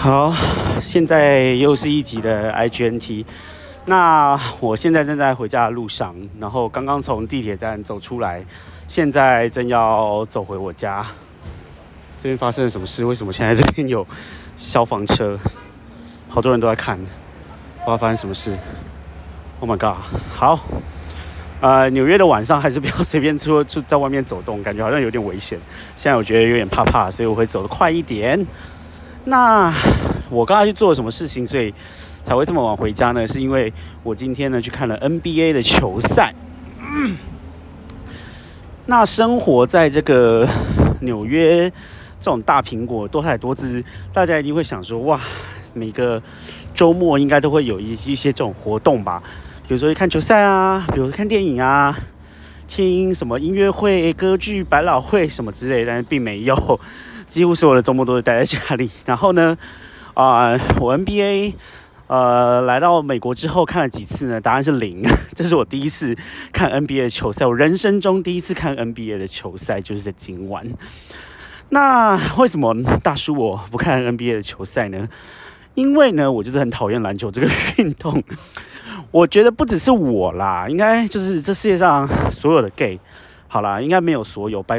好，现在又是一集的 IGNT。那我现在正在回家的路上，然后刚刚从地铁站走出来，现在正要走回我家。这边发生了什么事？为什么现在这边有消防车？好多人都在看，不知道发生什么事。Oh my god！ 好，纽约的晚上还是不要随便就在外面走动，感觉好像有点危险。现在我觉得有点怕怕，所以我会走得快一点。那我刚才去做了什么事情，所以才会这么晚回家呢？是因为我今天呢去看了 NBA 的球赛。那生活在这个纽约这种大苹果多彩多姿，大家一定会想说，哇，每个周末应该都会有一些这种活动吧？比如说看球赛啊，比如说看电影啊，听什么音乐会、歌剧、百老汇什么之类的，但是并没有。几乎所有的周末都是待在家里。然后呢，我 NBA 来到美国之后看了几次呢？答案是0。这是我第一次看 NBA 的球赛，我人生中第一次看 NBA 的球赛就是在今晚。那为什么大叔我不看 NBA 的球赛呢？因为呢，我就是很讨厌篮球这个运动。我觉得不只是我啦，应该就是这世界上所有的 gay， 好啦，应该没有所有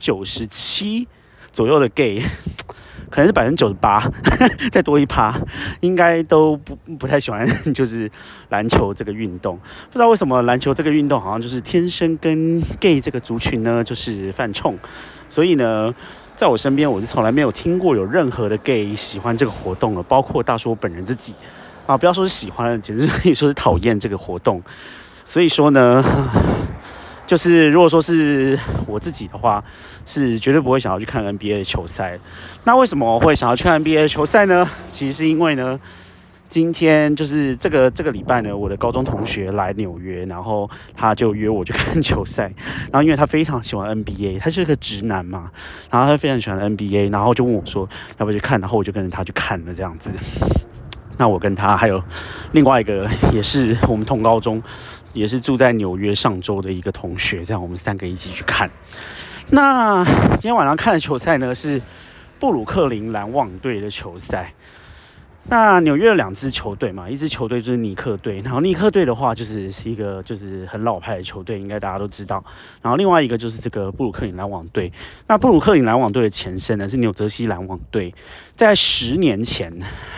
，97%左右的 gay， 可能是98%，再多1%，应该都不太喜欢就是篮球这个运动。不知道为什么篮球这个运动好像就是天生跟 gay 这个族群呢就是犯冲，所以呢，在我身边我是从来没有听过有任何的 gay 喜欢这个活动了，包括大叔我本人自己啊，不要说是喜欢，简直可以说是讨厌这个活动。所以说呢，就是如果说是我自己的话，是绝对不会想要去看 NBA 的球赛。那为什么我会想要去看 NBA 的球赛呢？其实是因为呢，今天就是这个礼拜呢，我的高中同学来纽约，然后他就约我去看球赛。然后因为他非常喜欢 NBA， 他是个直男嘛，然后他非常喜欢 NBA， 然后就问我说要不要去看，然后我就跟着他去看了这样子。那我跟他还有另外一个也是我们同高中，也是住在纽约上州的一个同学，这样我们3个一起去看。那今天晚上看的球赛呢是布鲁克林篮网队的球赛。那纽约有2支球队嘛，一支球队就是尼克队，然后尼克队的话是一个就是很老派的球队，应该大家都知道。然后另外一个就是这个布鲁克林篮网队。那布鲁克林篮网队的前身呢是纽泽西篮网队，在10年前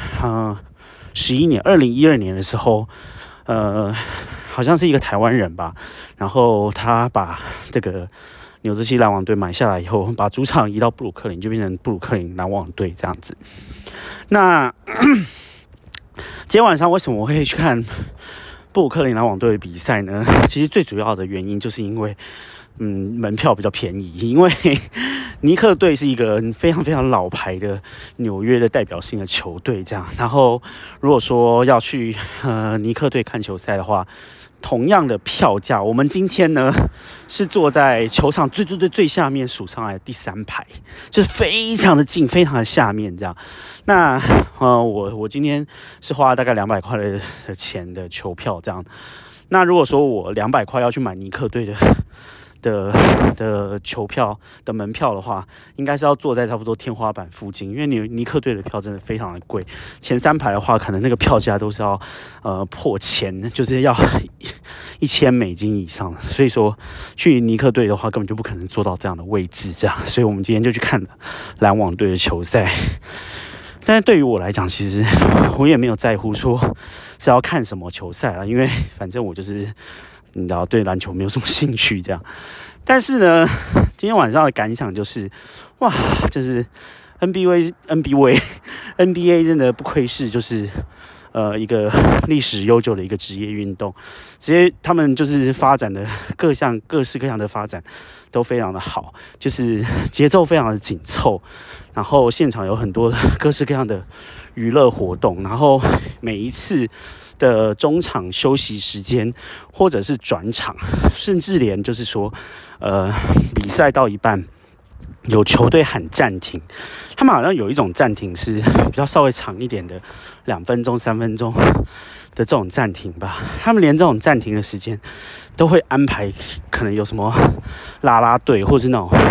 ，11年，2012年的时候，好像是一个台湾人吧，然后他把这个纽泽西篮网队买下来以后，把主场移到布鲁克林，就变成布鲁克林篮网队这样子。那今天晚上为什么我会去看布鲁克林篮网队的比赛呢？其实最主要的原因就是因为门票比较便宜，因为尼克队是一个非常非常老牌的纽约的代表性的球队，这样。然后如果说要去尼克队看球赛的话，同样的票价，我们今天呢是坐在球场最下面数上来的第3排，就是非常的近，非常的下面这样。那我今天是花了大概200块的钱的球票这样。那如果说我200块要去买尼克队的球票的门票的话，应该是要坐在差不多天花板附近，因为尼克队的票真的非常的贵，前3排的话，可能那个票价都是要破千，就是要$1000以上，所以说去尼克队的话，根本就不可能坐到这样的位置，这样，所以我们今天就去看了篮网队的球赛。但是对于我来讲，其实我也没有在乎说是要看什么球赛啦，因为反正我就是你知道对篮球没有什么兴趣这样。但是呢，今天晚上的感想就是，哇，就是 NBA 真的不愧是就是一个历史悠久的一个职业运动，他们就是发展的各式各样的发展都非常的好，就是节奏非常的紧凑，然后现场有很多各式各样的娱乐活动，然后每一次的中场休息时间或者是转场，甚至连就是说比赛到一半有球队喊暂停，他们好像有一种暂停是比较稍微长一点的，2分钟、3分钟的这种暂停吧。他们连这种暂停的时间都会安排，可能有什么啦啦队或是那种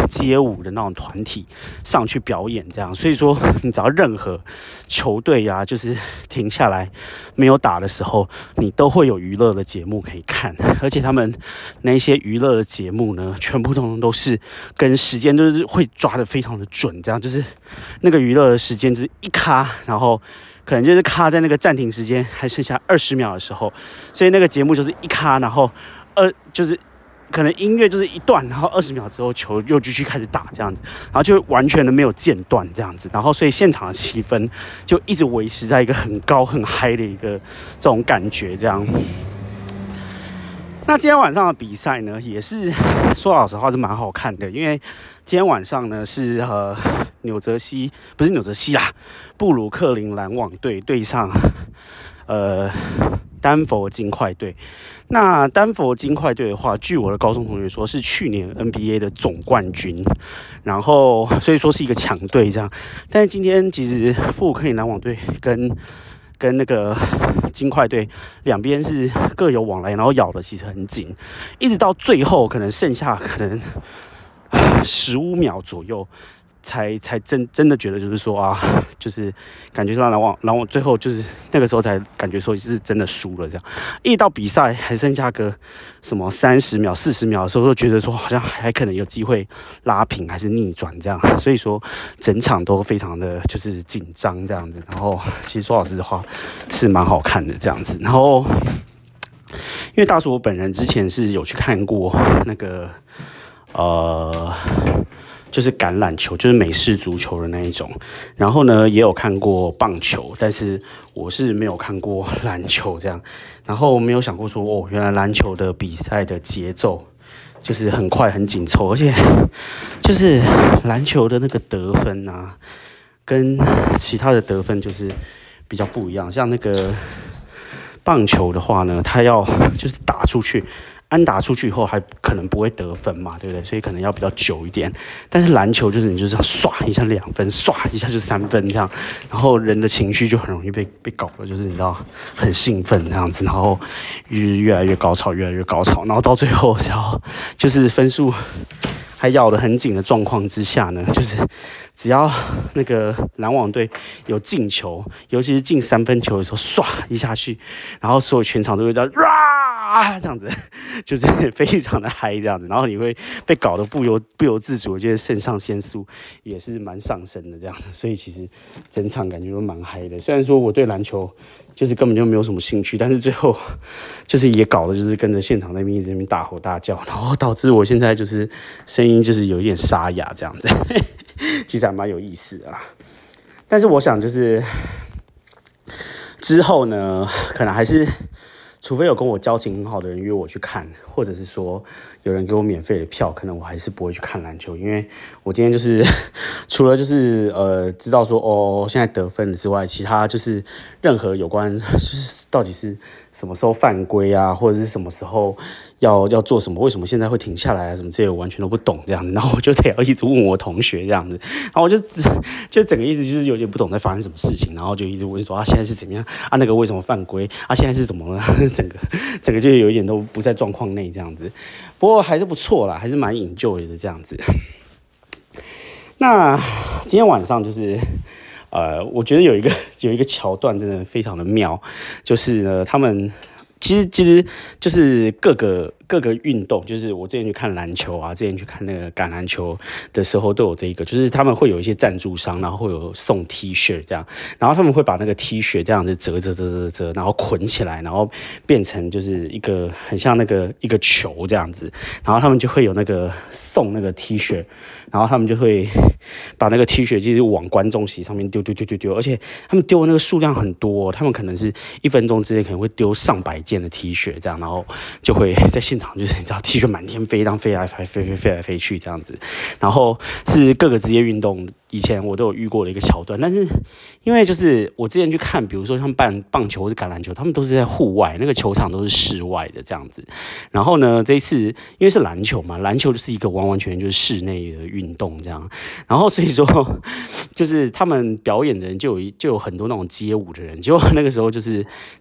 街舞的那种团体上去表演这样。所以说，你只要任何球队啊，就是停下来没有打的时候，你都会有娱乐的节目可以看。而且他们那些娱乐的节目呢，全部都是跟时间就是会抓得非常的准，这样就是那个娱乐的时间就是一卡，然后可能就是卡在那个暂停时间还剩下20秒的时候，所以那个节目就是一卡，然后就是可能音乐就是一段，然后20秒之后球又继续开始打这样子，然后就完全的没有间断这样子，然后所以现场的气氛就一直维持在一个很高很嗨的一个这种感觉这样。那今天晚上的比赛呢，也是说老实话是蛮好看的，因为今天晚上呢是布鲁克林篮网队对上丹佛金块队。那丹佛金块队的话，据我的高中同学说，是去年 NBA 的总冠军，然后所以说是一个强队这样。但是今天其实布鲁克林篮网队跟那个金块队两边是各有往来，然后咬的其实很紧，一直到最后可能剩下15秒左右，才真的觉得就是说啊，就是感觉到篮网最后就是那个时候才感觉说是真的输了这样。一到比赛还剩下个什么30秒、40秒的时候，都觉得说好像还可能有机会拉平还是逆转这样，所以说整场都非常的就是紧张这样子。然后其实说老实话是蛮好看的这样子。然后因为大叔我本人之前是有去看过那个就是橄榄球，就是美式足球的那一种。然后呢，也有看过棒球，但是我是没有看过篮球这样。然后没有想过说，哦，原来篮球的比赛的节奏就是很快很紧凑，而且就是篮球的那个得分啊，跟其他的得分就是比较不一样。像那个棒球的话呢，它要就是打出去。安打出去以后还可能不会得分嘛，对不对？所以可能要比较久一点。但是篮球就是你就是刷一下2分，刷一下就3分这样，然后人的情绪就很容易被搞了，就是你知道很兴奋这样子，然后越来越高潮，越来越高潮，然后到最后就是分数还咬得很紧的状况之下呢，就是只要那个篮网队有进球，尤其是进3分球的时候，唰一下去，然后所有全场都会这样这样子，就是非常的嗨这样子，然后你会被搞得不由自主，我觉得肾上腺素也是蛮上升的这样子，所以其实整场感觉都蛮嗨的。虽然说我对篮球就是根本就没有什么兴趣，但是最后就是也搞得就是跟着现场那边一直在那边大吼大叫，然后导致我现在就是声音就是有一点沙哑这样子，其实还蛮有意思的啦。但是我想就是之后呢，可能还是除非有跟我交情很好的人约我去看，或者是说有人给我免费的票，可能我还是不会去看篮球，因为我今天就是除了就是知道说哦现在得分了之外，其他就是任何有关就是到底是什么时候犯规啊，或者是什么时候要做什么，为什么现在会停下来啊，什么这些我完全都不懂这样子，然后我就得要一直问我同学这样子，然后我就整个一直就是有点不懂在发生什么事情，然后就一直问说啊现在是怎么样啊，那个为什么犯规啊，现在是怎么了，整个就有一点都不在状况内这样子，不过还是不错啦，还是蛮enjoy的这样子。那今天晚上就是我觉得有一个桥段真的非常的妙，就是呢他们其实就是各个运动，就是我之前去看篮球啊，之前去看那个橄榄球的时候都有这一个，就是他们会有一些赞助商，然后会有送 T 恤这样，然后他们会把那个 T 恤这样子折，然后捆起来，然后变成就是一个很像那个一个球这样子，然后他们就会有那个送那个 T 恤，然后他们就会把那个 T 恤就是往观众席上面丢，而且他们丢的那个数量很多，他们可能是1分钟之内可能会丢上百件的 T 恤这样，然后就会在现场就是你知道 T 恤满天飞，这样飞来飞去这样子，然后是各个职业运动以前我都有遇过的一个桥段，但是因为就是我之前去看，比如说像棒球或是橄榄球，他们都是在户外，那个球场都是室外的这样子。然后呢，这一次因为是篮球嘛，篮球就是一个完全就是室内的运动这样。然后所以说，就是他们表演的人就有很多那种街舞的人，结果那个时候就是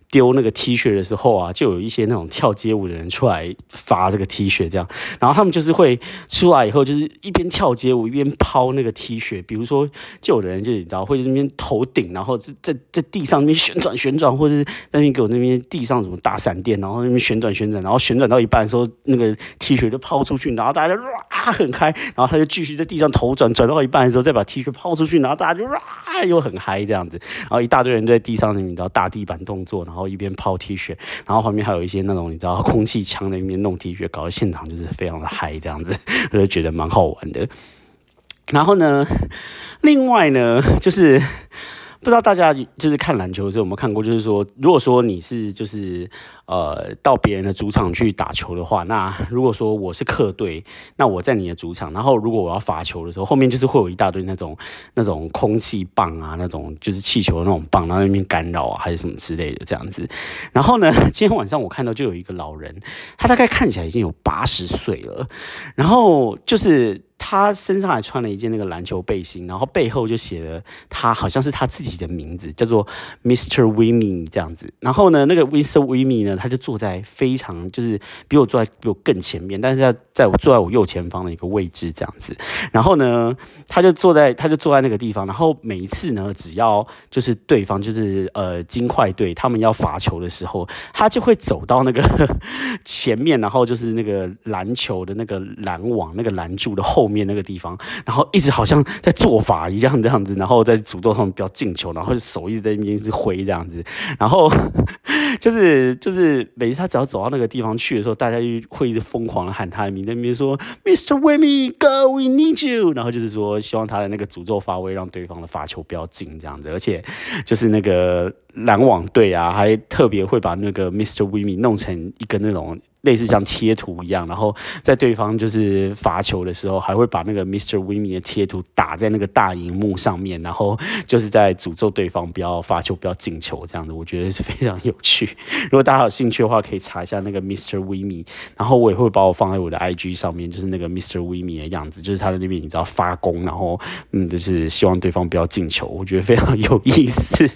丢那个 T 恤的时候啊，就有一些那种跳街舞的人出来发这个 T 恤这样，然后他们就是会出来以后，就是一边跳街舞一边抛那个 T 恤，比如说就有的人就你知道会在那边头顶，然后在地上那边旋转，或者是在那边给我那边地上什么打闪电，然后那边旋转，然后旋转到一半的时候，那个 T 恤就抛出去，然后大家就哇很嗨，然后他就继续在地上头转到一半的时候，再把 T 恤抛出去，然后大家就哇又很嗨这样子，然后一大堆人在地上你知道大地板动作，然后一边抛 T 恤，然后旁边还有一些那种你知道空气枪在那边弄 T 恤，搞得现场就是非常的嗨这样子，我就觉得蛮好玩的。然后呢，另外呢，就是不知道大家就是看篮球的时候有没有看过，就是说，如果说你是就是到别人的主场去打球的话，那如果说我是客队，那我在你的主场，然后如果我要罚球的时候，后面就是会有一大堆那种空气棒啊，那种就是气球的那种棒，然后那边干扰啊，还是什么之类的这样子。然后呢，今天晚上我看到就有一个老人，他大概看起来已经有80岁了，然后就是他身上还穿了一件那个篮球背心，然后背后就写了他好像是他自己的名字，叫做 Mr. Wimmy 这样子。然后呢，那个 Mr. Wimmy 呢，他就坐在非常就是比我更前面，但是他坐在我右前方的一个位置这样子。然后呢，他就坐在那个地方，然后每一次呢，只要就是对方就是金块队他们要罚球的时候，他就会走到那个前面，然后就是那个篮球的那个篮网那个篮柱的后面那个地方，然后一直好像在做法一样这样子，然后在诅咒他们不要进球，然后手一直在那边一直挥这样子，然后就是每次他只要走到那个地方去的时候，大家就会一直疯狂的喊他的名字，在那边说 Mr. Wimmy Go We Need You， 然后就是说希望他的那个诅咒发威，让对方的罚球不要进这样子，而且就是那个篮网队啊，还特别会把那个 Mr. Wimmy 弄成一个那种类似像贴图一样，然后在对方就是罚球的时候，还会把那个 Mr. Wimmy 的贴图打在那个大荧幕上面，然后就是在诅咒对方不要罚球、不要进球这样子，我觉得是非常有趣。如果大家有兴趣的话，可以查一下那个 Mr. Wimmy， 然后我也会把我放在我的 IG 上面，就是那个 Mr. Wimmy 的样子，就是他在那边你知道发功，然后就是希望对方不要进球，我觉得非常有意思。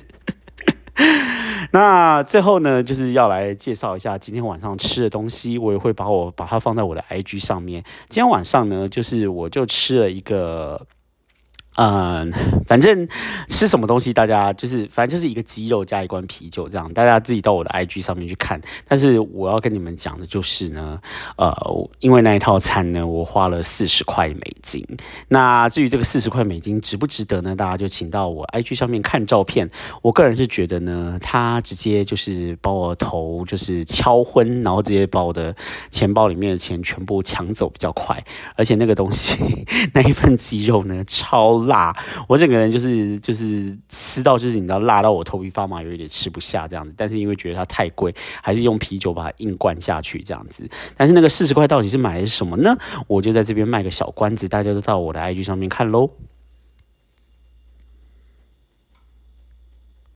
那最后呢，就是要来介绍一下今天晚上吃的东西，我也会把它放在我的 IG 上面。今天晚上呢，就是我就吃了一个。反正吃什么东西，大家反正就是一个鸡肉加一罐啤酒这样，大家自己到我的 IG 上面去看。但是我要跟你们讲的就是呢，因为那一套餐呢，我花了$40。那至于这个$40值不值得呢？大家就请到我 IG 上面看照片。我个人是觉得呢，他直接就是把我头就是敲昏，然后直接把我的钱包里面的钱全部抢走比较快。而且那个东西，那一份鸡肉呢，超辣，我整个人就是吃到就是你知道辣到我头皮发麻，有一点吃不下这样子。但是因为觉得它太贵，还是用啤酒把它硬灌下去这样子。但是那个$40到底是买的是什么呢？我就在这边卖个小关子，大家都到我的 IG 上面看咯。